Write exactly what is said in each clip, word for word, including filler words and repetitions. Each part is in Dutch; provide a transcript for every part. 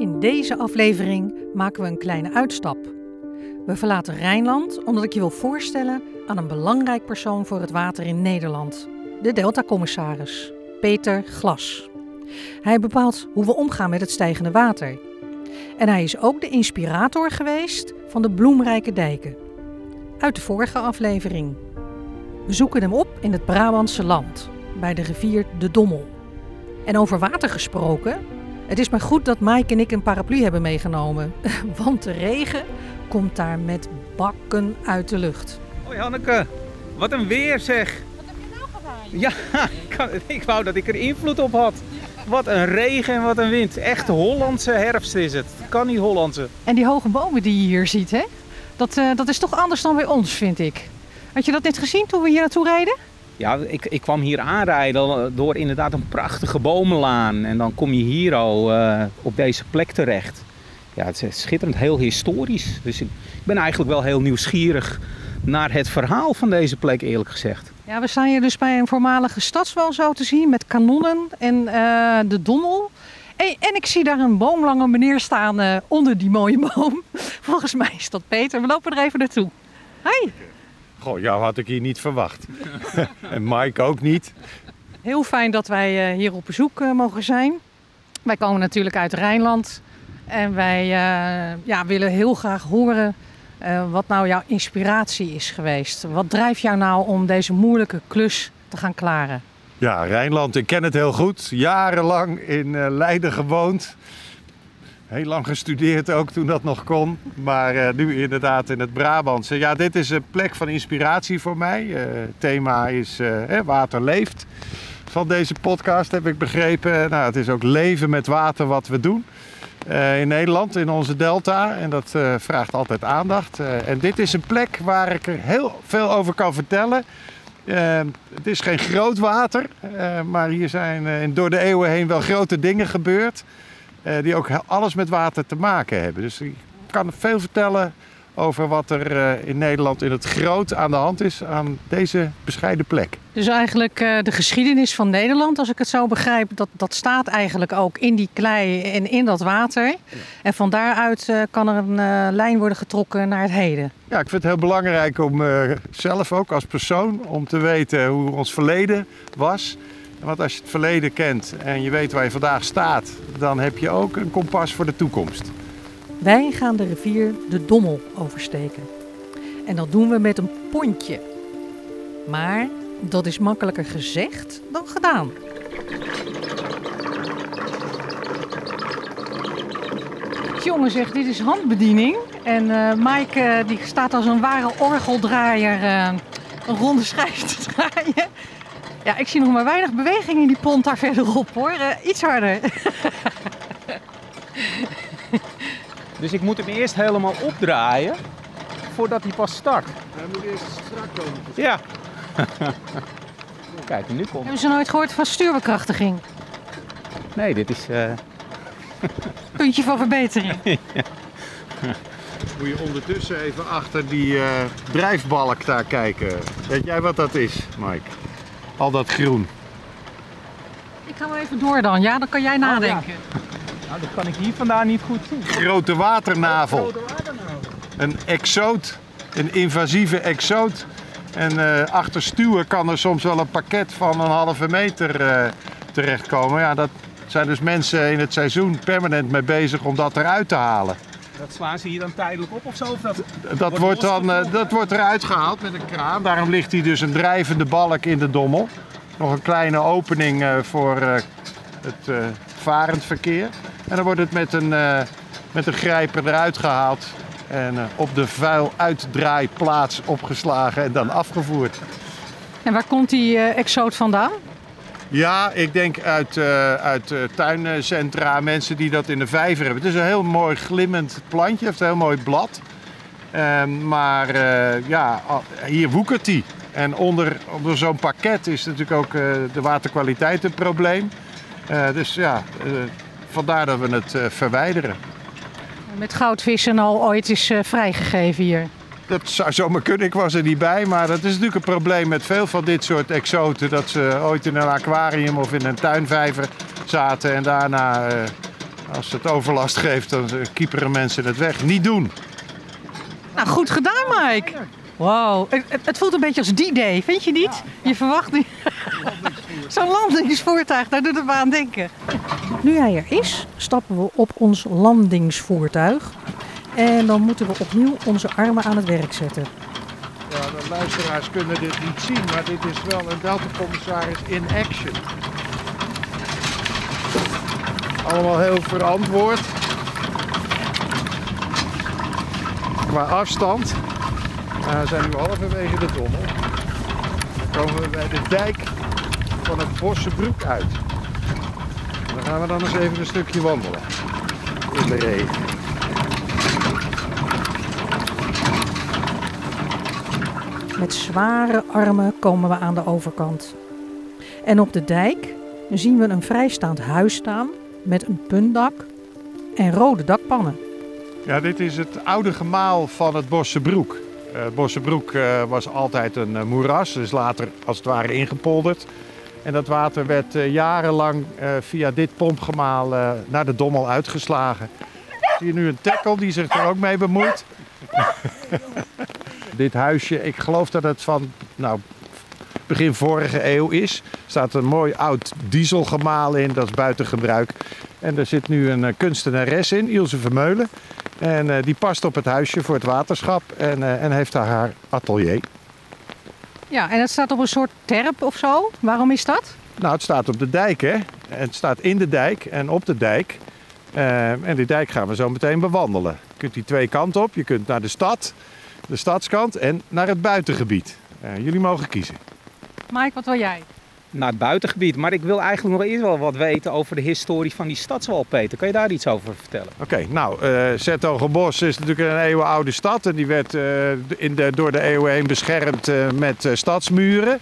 In deze aflevering maken we een kleine uitstap. We verlaten Rijnland omdat ik je wil voorstellen aan een belangrijk persoon voor het water in Nederland. De Delta-commissaris, Peter Glas. Hij bepaalt hoe we omgaan met het stijgende water. En hij is ook de inspirator geweest van de bloemrijke dijken. Uit de vorige aflevering. We zoeken hem op in het Brabantse land, bij de rivier de Dommel. En over water gesproken, het is maar goed dat Mike en ik een paraplu hebben meegenomen. Want de regen komt daar met bakken uit de lucht. Hoi Hanneke, wat een weer zeg. Wat heb je nou gedaan? Ja, ik, kan, ik wou dat ik er invloed op had. Wat een regen en wat een wind. Echt Hollandse herfst is het. Het kan niet Hollandse. En die hoge bomen die je hier ziet, hè? Dat, uh, dat is toch anders dan bij ons, vind ik. Had je dat net gezien toen we hier naartoe reden? Ja, ik, ik kwam hier aanrijden door inderdaad een prachtige bomenlaan. En dan kom je hier al uh, op deze plek terecht. Ja, het is schitterend, heel historisch. Dus ik ben eigenlijk wel heel nieuwsgierig naar het verhaal van deze plek, eerlijk gezegd. Ja, we staan hier dus bij een voormalige stadswal zo te zien met kanonnen en uh, de Dommel. En, en ik zie daar een boomlange meneer staan uh, onder die mooie boom. Volgens mij is dat Peter. We lopen er even naartoe. Hi! Goh, jou had ik hier niet verwacht. En Mike ook niet. Heel fijn dat wij uh, hier op bezoek uh, mogen zijn. Wij komen natuurlijk uit Rijnland. En wij uh, ja, willen heel graag horen uh, wat nou jouw inspiratie is geweest. Wat drijft jou nou om deze moeilijke klus te gaan klaren? Ja, Rijnland, ik ken het heel goed. Jarenlang in uh, Leiden gewoond. Heel lang gestudeerd ook toen dat nog kon. Maar uh, nu inderdaad in het Brabantse. Ja, dit is een plek van inspiratie voor mij. Uh, het thema is uh, water leeft. Van deze podcast heb ik begrepen. Nou, het is ook leven met water wat we doen. Uh, in Nederland, in onze delta. En dat uh, vraagt altijd aandacht. Uh, en dit is een plek waar ik er heel veel over kan vertellen. Uh, het is geen groot water. Uh, maar hier zijn uh, door de eeuwen heen wel grote dingen gebeurd. Uh, die ook alles met water te maken hebben. Dus ik kan veel vertellen over wat er uh, in Nederland in het groot aan de hand is aan deze bescheiden plek. Dus eigenlijk uh, de geschiedenis van Nederland, als ik het zo begrijp, dat, dat staat eigenlijk ook in die klei en in dat water. Ja. En van daaruit uh, kan er een uh, lijn worden getrokken naar het heden. Ja, ik vind het heel belangrijk om uh, zelf ook als persoon om te weten hoe ons verleden was. Want als je het verleden kent en je weet waar je vandaag staat, dan heb je ook een kompas voor de toekomst. Wij gaan de rivier de Dommel oversteken. En dat doen we met een pontje. Maar dat is makkelijker gezegd dan gedaan. Jongen zegt, dit is handbediening. En uh, Mike uh, die staat als een ware orgeldraaier uh, een ronde schijf te draaien. Ja, ik zie nog maar weinig beweging in die pont daar verderop hoor. Uh, iets harder. Dus ik moet hem eerst helemaal opdraaien voordat hij pas start. Hij moet eerst strak komen. Ja. Kijk, nu komt. Hebben ze nooit gehoord van stuurbekrachtiging? Nee, dit is... Uh... Puntje van verbetering. Ja. Moet je ondertussen even achter die uh, drijfbalk daar kijken. Weet jij wat dat is, Mike? Al dat groen. Ik ga maar even door dan. Ja, dan kan jij nadenken. Oh, ja. Nou, dat kan ik hier vandaan niet goed zien. Grote waternavel. Grote waternavel. Een exoot. Een invasieve exoot. En uh, achter stuwen kan er soms wel een pakket van een halve meter uh, terechtkomen. Ja, dat zijn dus mensen in het seizoen permanent mee bezig om dat eruit te halen. Dat slaan ze hier dan tijdelijk op of zo? Of dat dat, wordt wordt dan, uh, dat wordt eruit gehaald met een kraan. Daarom ligt hier dus een drijvende balk in de Dommel. Nog een kleine opening uh, voor uh, het uh, varend verkeer. En dan wordt het met een, uh, met een grijper eruit gehaald. En uh, op de vuiluitdraaiplaats opgeslagen en dan afgevoerd. En waar komt die uh, exoot vandaan? Ja, ik denk uit, uh, uit uh, tuincentra, mensen die dat in de vijver hebben. Het is een heel mooi glimmend plantje, heeft een heel mooi blad. Uh, maar uh, ja, hier woekert hij. En onder, onder zo'n pakket is natuurlijk ook uh, de waterkwaliteit een probleem. Uh, dus ja, uh, vandaar dat we het uh, verwijderen. Met goudvissen al ooit is uh, vrijgegeven hier. Dat zou zomaar kunnen, ik was er niet bij. Maar dat is natuurlijk een probleem met veel van dit soort exoten. Dat ze ooit in een aquarium of in een tuinvijver zaten en daarna uh, Als het overlast geeft, dan kieperen mensen het weg. Niet doen. Nou, goed gedaan, Mike. Wow, het, het voelt een beetje als D-Day, vind je niet? Je verwacht niet. Zo'n landingsvoertuig, daar doet het me aan denken. Nu hij er is, stappen we op ons landingsvoertuig. En dan moeten we opnieuw onze armen aan het werk zetten. Ja, de luisteraars kunnen dit niet zien, maar dit is wel een Delta-commissaris in action. Allemaal heel verantwoord. Qua afstand. We zijn nu halverwege de Dommel. Dan komen we bij de dijk van het Bossebroek uit. En dan gaan we dan eens even een stukje wandelen. In de regen. Met zware armen komen we aan de overkant. En op de dijk zien we een vrijstaand huis staan met een puntdak en rode dakpannen. Ja, dit is het oude gemaal van het Bossebroek. Uh, het Bossebroek uh, was altijd een uh, moeras, dus later als het ware ingepolderd. En dat water werd uh, jarenlang uh, via dit pompgemaal uh, naar de Dommel uitgeslagen. Zie je nu een tackle die zich er ook mee bemoeit. Dit huisje, ik geloof dat het van nou, begin vorige eeuw is. Er staat een mooi oud dieselgemaal in, dat is buiten gebruik. En er zit nu een uh, kunstenares in, Ilse Vermeulen. En uh, die past op het huisje voor het waterschap en, uh, en heeft daar haar atelier. Ja, en het staat op een soort terp of zo. Waarom is dat? Nou, het staat op de dijk, hè. Het staat in de dijk en op de dijk. Uh, en die dijk gaan we zo meteen bewandelen. Je kunt die twee kanten op. Je kunt naar de stad, de stadskant en naar het buitengebied. Uh, jullie mogen kiezen. Mike, wat wil jij? Naar het buitengebied. Maar ik wil eigenlijk nog eerst wel wat weten over de historie van die stadswal, Peter. Kan je daar iets over vertellen? Oké, okay, nou, uh, 's-Hertogenbosch is natuurlijk een eeuwenoude stad. En die werd uh, in de, door de eeuwen heen beschermd uh, met uh, stadsmuren.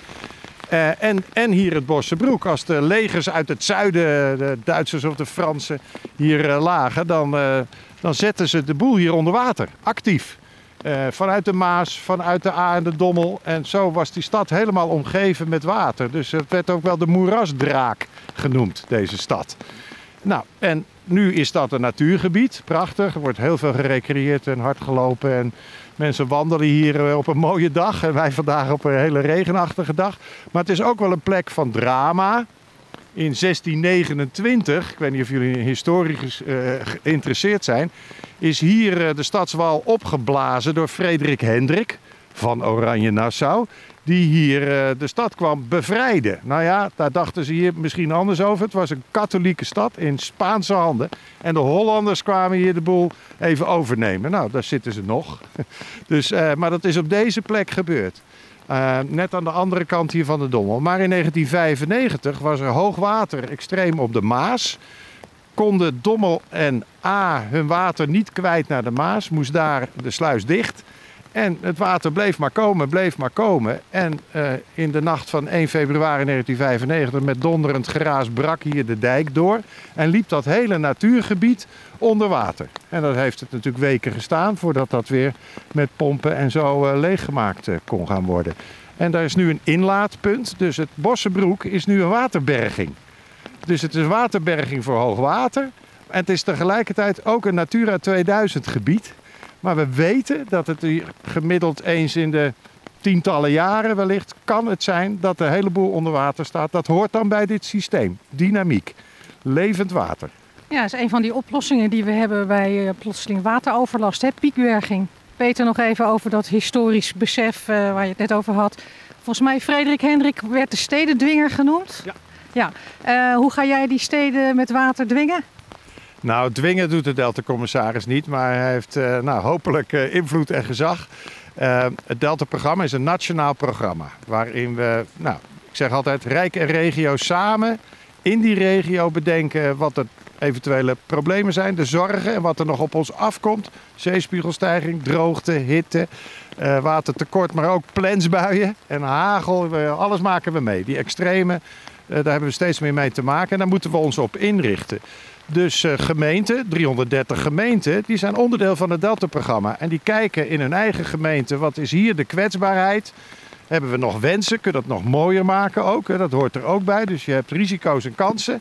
Uh, en, en hier het Bossebroek. Als de legers uit het zuiden, de Duitsers of de Fransen, hier uh, lagen, dan, uh, dan zetten ze de boel hier onder water. Actief. Uh, vanuit de Maas, vanuit de A en de Dommel. En zo was die stad helemaal omgeven met water. Dus het werd ook wel de moerasdraak genoemd, deze stad. Nou, en nu is dat een natuurgebied. Prachtig. Er wordt heel veel gerecreëerd en hard gelopen. En mensen wandelen hier op een mooie dag. En wij vandaag op een hele regenachtige dag. Maar het is ook wel een plek van drama. In zestien negenentwintig, ik weet niet of jullie historisch uh, geïnteresseerd zijn, is hier uh, de stadswal opgeblazen door Frederik Hendrik van Oranje-Nassau, die hier uh, de stad kwam bevrijden. Nou ja, daar dachten ze hier misschien anders over. Het was een katholieke stad in Spaanse handen. En de Hollanders kwamen hier de boel even overnemen. Nou, daar zitten ze nog. Dus, uh, maar dat is op deze plek gebeurd. Uh, net aan de andere kant hier van de Dommel. Maar in negentien vijfennegentig was er hoog water extreem op de Maas. Konden Dommel en A hun water niet kwijt naar de Maas. Moest daar de sluis dicht. En het water bleef maar komen, bleef maar komen. En uh, in de nacht van één februari negentien vijfennegentig met donderend geraas brak hier de dijk door. En liep dat hele natuurgebied onder water. En dat heeft het natuurlijk weken gestaan voordat dat weer met pompen en zo uh, leeggemaakt uh, kon gaan worden. En daar is nu een inlaatpunt. Dus het Bossebroek is nu een waterberging. Dus het is waterberging voor hoog water. En het is tegelijkertijd ook een Natura tweeduizend gebied. Maar we weten dat het hier gemiddeld eens in de tientallen jaren wellicht kan het zijn dat er een heleboel onder water staat. Dat hoort dan bij dit systeem. Dynamiek. Levend water. Ja, dat is een van die oplossingen die we hebben bij uh, plotseling wateroverlast, hè? Piekberging. Peter, nog even over dat historisch besef uh, waar je het net over had. Volgens mij Frederik Hendrik werd de stedendwinger genoemd. Ja. Ja. Uh, hoe ga jij die steden met water dwingen? Nou, dwingen doet de Delta-commissaris niet, maar hij heeft uh, nou, hopelijk uh, invloed en gezag. Uh, het Delta-programma is een nationaal programma waarin we, nou, ik zeg altijd, Rijk en regio samen in die regio bedenken wat de eventuele problemen zijn, de zorgen en wat er nog op ons afkomt. Zeespiegelstijging, droogte, hitte, uh, watertekort, maar ook plensbuien en hagel. Uh, alles maken we mee. Die extreme, uh, daar hebben we steeds meer mee te maken en daar moeten we ons op inrichten. Dus uh, gemeenten, driehonderddertig gemeenten, die zijn onderdeel van het Delta-programma. En die kijken in hun eigen gemeente, wat is hier de kwetsbaarheid? Hebben we nog wensen? Kunnen we dat nog mooier maken ook? Hè? Dat hoort er ook bij. Dus je hebt risico's en kansen.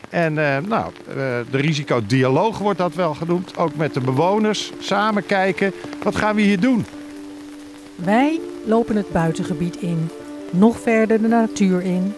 En uh, nou, uh, de risicodialoog wordt dat wel genoemd. Ook met de bewoners. Samen kijken, wat gaan we hier doen? Wij lopen het buitengebied in. Nog verder de natuur in.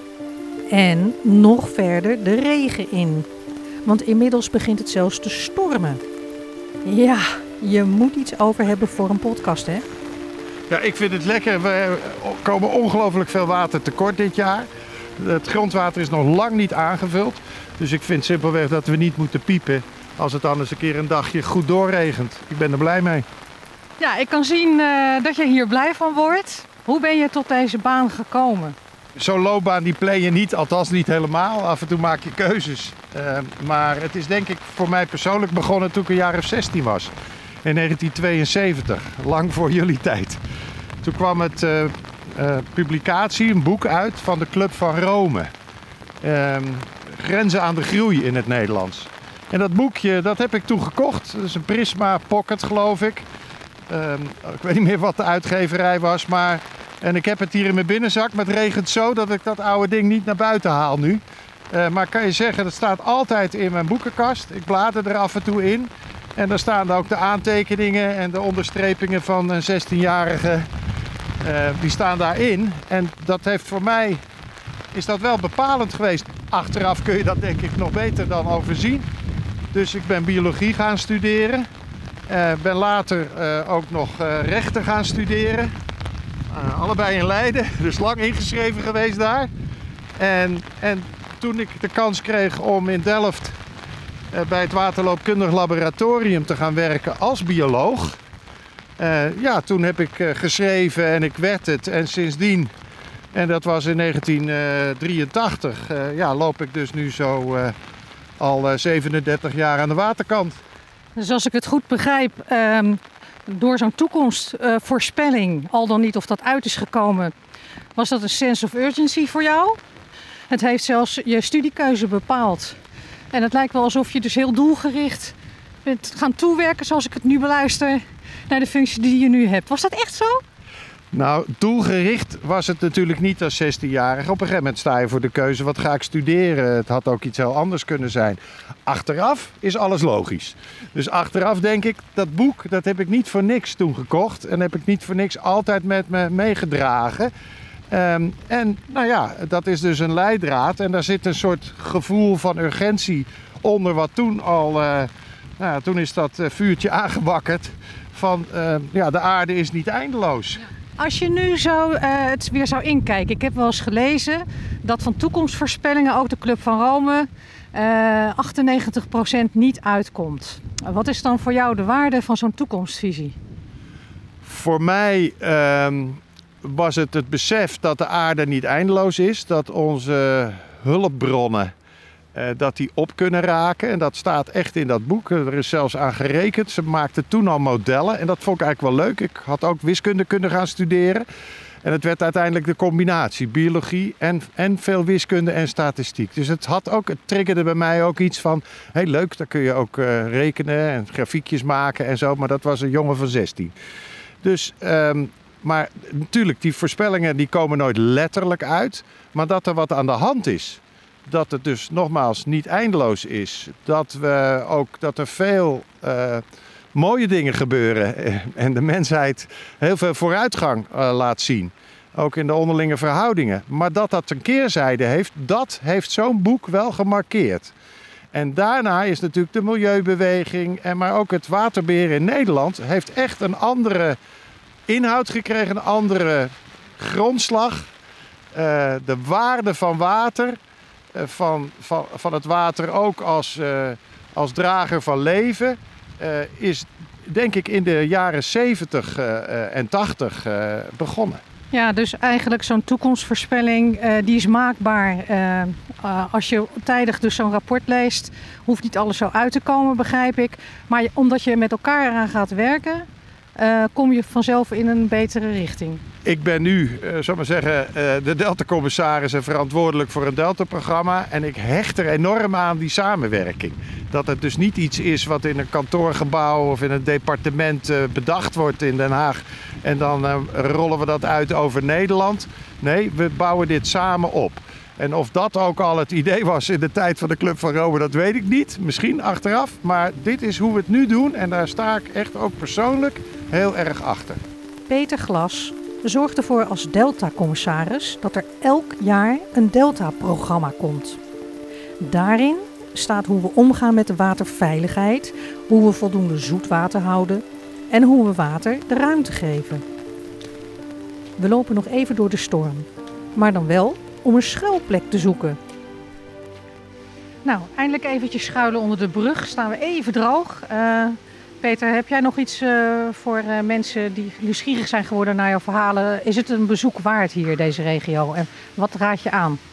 En nog verder de regen in. Want inmiddels begint het zelfs te stormen. Ja, je moet iets over hebben voor een podcast, hè? Ja, ik vind het lekker. We komen ongelooflijk veel water tekort dit jaar. Het grondwater is nog lang niet aangevuld. Dus ik vind simpelweg dat we niet moeten piepen als het anders een keer een dagje goed doorregent. Ik ben er blij mee. Ja, ik kan zien uh, dat je hier blij van wordt. Hoe ben je tot deze baan gekomen? Zo'n loopbaan die plan je niet, althans niet helemaal. Af en toe maak je keuzes. Uh, maar het is denk ik voor mij persoonlijk begonnen toen ik een jaar of zestien was. In negentien tweeënzeventig, lang voor jullie tijd. Toen kwam het uh, uh, publicatie, een boek uit van de Club van Rome. Uh, Grenzen aan de groei in het Nederlands. En dat boekje, dat heb ik toen gekocht. Dat is een Prisma Pocket, geloof ik. Uh, ik weet niet meer wat de uitgeverij was, maar... En ik heb het hier in mijn binnenzak, maar het regent zo dat ik dat oude ding niet naar buiten haal nu. Uh, maar kan je zeggen, dat staat altijd in mijn boekenkast. Ik blader er af en toe in. En daar staan ook de aantekeningen en de onderstrepingen van een zestienjarige. Uh, die staan daarin. En dat heeft voor mij, is dat wel bepalend geweest. Achteraf kun je dat denk ik nog beter dan overzien. Dus ik ben biologie gaan studeren. Uh, ben later uh, ook nog uh, rechten gaan studeren. Uh, allebei in Leiden, dus lang ingeschreven geweest daar. En, en toen ik de kans kreeg om in Delft uh, bij het Waterloopkundig Laboratorium te gaan werken als bioloog. Uh, ja, toen heb ik uh, geschreven en ik werd het. En sindsdien, en dat was in negentien drieëntachtig, uh, ja, loop ik dus nu zo uh, al uh, zevenendertig jaar aan de waterkant. Dus als ik het goed begrijp... Um... Door zo'n toekomstvoorspelling, uh, al dan niet of dat uit is gekomen, was dat een sense of urgency voor jou. Het heeft zelfs je studiekeuze bepaald. En het lijkt wel alsof je dus heel doelgericht bent gaan toewerken, zoals ik het nu beluister, naar de functie die je nu hebt. Was dat echt zo? Nou, doelgericht was het natuurlijk niet als zestienjarige. Op een gegeven moment sta je voor de keuze, wat ga ik studeren? Het had ook iets heel anders kunnen zijn. Achteraf is alles logisch. Dus achteraf denk ik, dat boek, dat heb ik niet voor niks toen gekocht. En heb ik niet voor niks altijd met me meegedragen. Um, en nou ja, dat is dus een leidraad. En daar zit een soort gevoel van urgentie onder wat toen al... Uh, nou, toen is dat uh, vuurtje aangewakkerd van uh, ja, de aarde is niet eindeloos. Als je nu zo uh, het weer zou inkijken. Ik heb wel eens gelezen dat van toekomstvoorspellingen ook de Club van Rome uh, achtennegentig procent niet uitkomt. Wat is dan voor jou de waarde van zo'n toekomstvisie? Voor mij uh, was het het besef dat de aarde niet eindeloos is. Dat onze hulpbronnen uh, dat die op kunnen raken. En dat staat echt in dat boek. Er is zelfs aan gerekend. Ze maakten toen al modellen. En dat vond ik eigenlijk wel leuk. Ik had ook wiskunde kunnen gaan studeren. En het werd uiteindelijk de combinatie. Biologie en, en veel wiskunde en statistiek. Dus het, had ook, het triggerde bij mij ook iets van... Heel leuk, daar kun je ook uh, rekenen en grafiekjes maken en zo. Maar dat was een jongen van zestien. Dus... Um, Maar natuurlijk, die voorspellingen die komen nooit letterlijk uit. Maar dat er wat aan de hand is. Dat het dus nogmaals niet eindeloos is. Dat, we ook, dat er veel uh, mooie dingen gebeuren. En de mensheid heel veel vooruitgang uh, laat zien. Ook in de onderlinge verhoudingen. Maar dat dat een keerzijde heeft, dat heeft zo'n boek wel gemarkeerd. En daarna is natuurlijk de milieubeweging. En maar ook het waterbeheer in Nederland heeft echt een andere... inhoud gekregen, een andere grondslag. Uh, de waarde van water, uh, van, van, van het water ook als, uh, als drager van leven, uh, is denk ik in de jaren zeventig uh, uh, en tachtig uh, begonnen. Ja, dus eigenlijk zo'n toekomstvoorspelling, uh, die is maakbaar. Uh, uh, als je tijdig dus zo'n rapport leest, hoeft niet alles zo uit te komen, begrijp ik. Maar omdat je met elkaar eraan gaat werken... Uh, kom je vanzelf in een betere richting. Ik ben nu, uh, zal maar zeggen, uh, de Delta-commissaris en verantwoordelijk voor een Delta-programma. En ik hecht er enorm aan die samenwerking. Dat het dus niet iets is wat in een kantoorgebouw of in een departement uh, bedacht wordt in Den Haag. En dan uh, rollen we dat uit over Nederland. Nee, we bouwen dit samen op. En of dat ook al het idee was in de tijd van de Club van Rome, dat weet ik niet. Misschien achteraf, maar dit is hoe we het nu doen en daar sta ik echt ook persoonlijk heel erg achter. Peter Glas zorgt ervoor als Delta-commissaris dat er elk jaar een Delta-programma komt. Daarin staat hoe we omgaan met de waterveiligheid, hoe we voldoende zoetwater houden en hoe we water de ruimte geven. We lopen nog even door de storm, maar dan wel om een schuilplek te zoeken. Nou, eindelijk eventjes schuilen onder de brug. Staan we even droog. Uh, Peter, heb jij nog iets uh, voor uh, mensen die nieuwsgierig zijn geworden naar jouw verhalen? Is het een bezoek waard hier, deze regio? En wat raad je aan?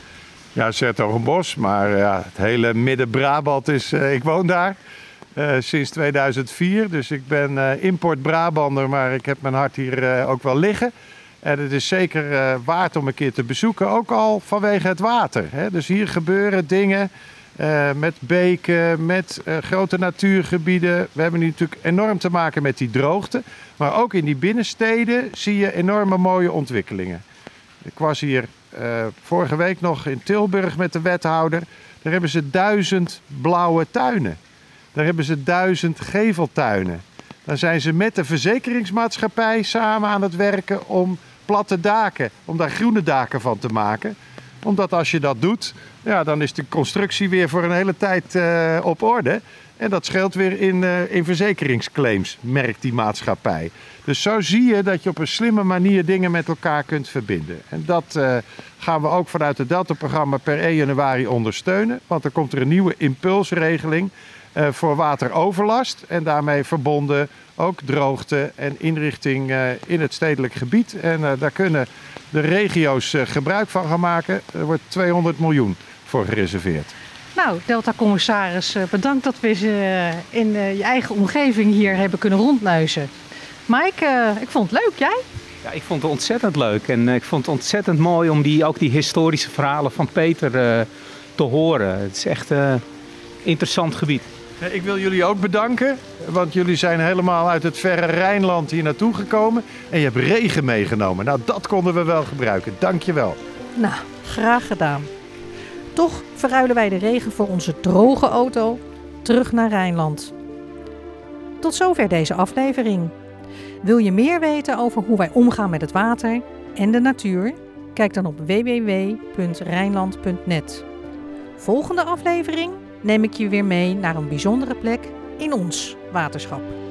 Ja, 's-Hertogenbosch, maar ja, het hele Midden-Brabant is... Uh, ik woon daar uh, sinds tweeduizend vier, dus ik ben uh, import-Brabander, maar ik heb mijn hart hier uh, ook wel liggen. En het is zeker uh, waard om een keer te bezoeken, ook al vanwege het water. Hè? Dus hier gebeuren dingen uh, met beken, met uh, grote natuurgebieden. We hebben nu natuurlijk enorm te maken met die droogte. Maar ook in die binnensteden zie je enorme mooie ontwikkelingen. Ik was hier uh, vorige week nog in Tilburg met de wethouder. Daar hebben ze duizend blauwe tuinen. Daar hebben ze duizend geveltuinen. Dan zijn ze met de verzekeringsmaatschappij samen aan het werken om platte daken, om daar groene daken van te maken. Omdat als je dat doet, ja, dan is de constructie weer voor een hele tijd uh, op orde. En dat scheelt weer in, uh, in verzekeringsclaims, merkt die maatschappij. Dus zo zie je dat je op een slimme manier dingen met elkaar kunt verbinden. En dat uh, gaan we ook vanuit het Delta-programma per één januari ondersteunen. Want er komt er een nieuwe impulsregeling uh, voor wateroverlast. En daarmee verbonden ook droogte en inrichting uh, in het stedelijk gebied. En uh, daar kunnen de regio's uh, gebruik van gaan maken. Er wordt tweehonderd miljoen voor gereserveerd. Nou, Delta-commissaris, bedankt dat we ze in uh, je eigen omgeving hier hebben kunnen rondneuzen. Mike, uh, ik vond het leuk. Jij? Ja, ik vond het ontzettend leuk. En uh, ik vond het ontzettend mooi om die, ook die historische verhalen van Peter uh, te horen. Het is echt een uh, interessant gebied. Ik wil jullie ook bedanken, want jullie zijn helemaal uit het verre Rijnland hier naartoe gekomen. En je hebt regen meegenomen. Nou, dat konden we wel gebruiken. Dank je wel. Nou, graag gedaan. Toch verruilen wij de regen voor onze droge auto terug naar Rijnland. Tot zover deze aflevering. Wil je meer weten over hoe wij omgaan met het water en de natuur? Kijk dan op w w w punt rijnland punt net. Volgende aflevering neem ik je weer mee naar een bijzondere plek in ons waterschap.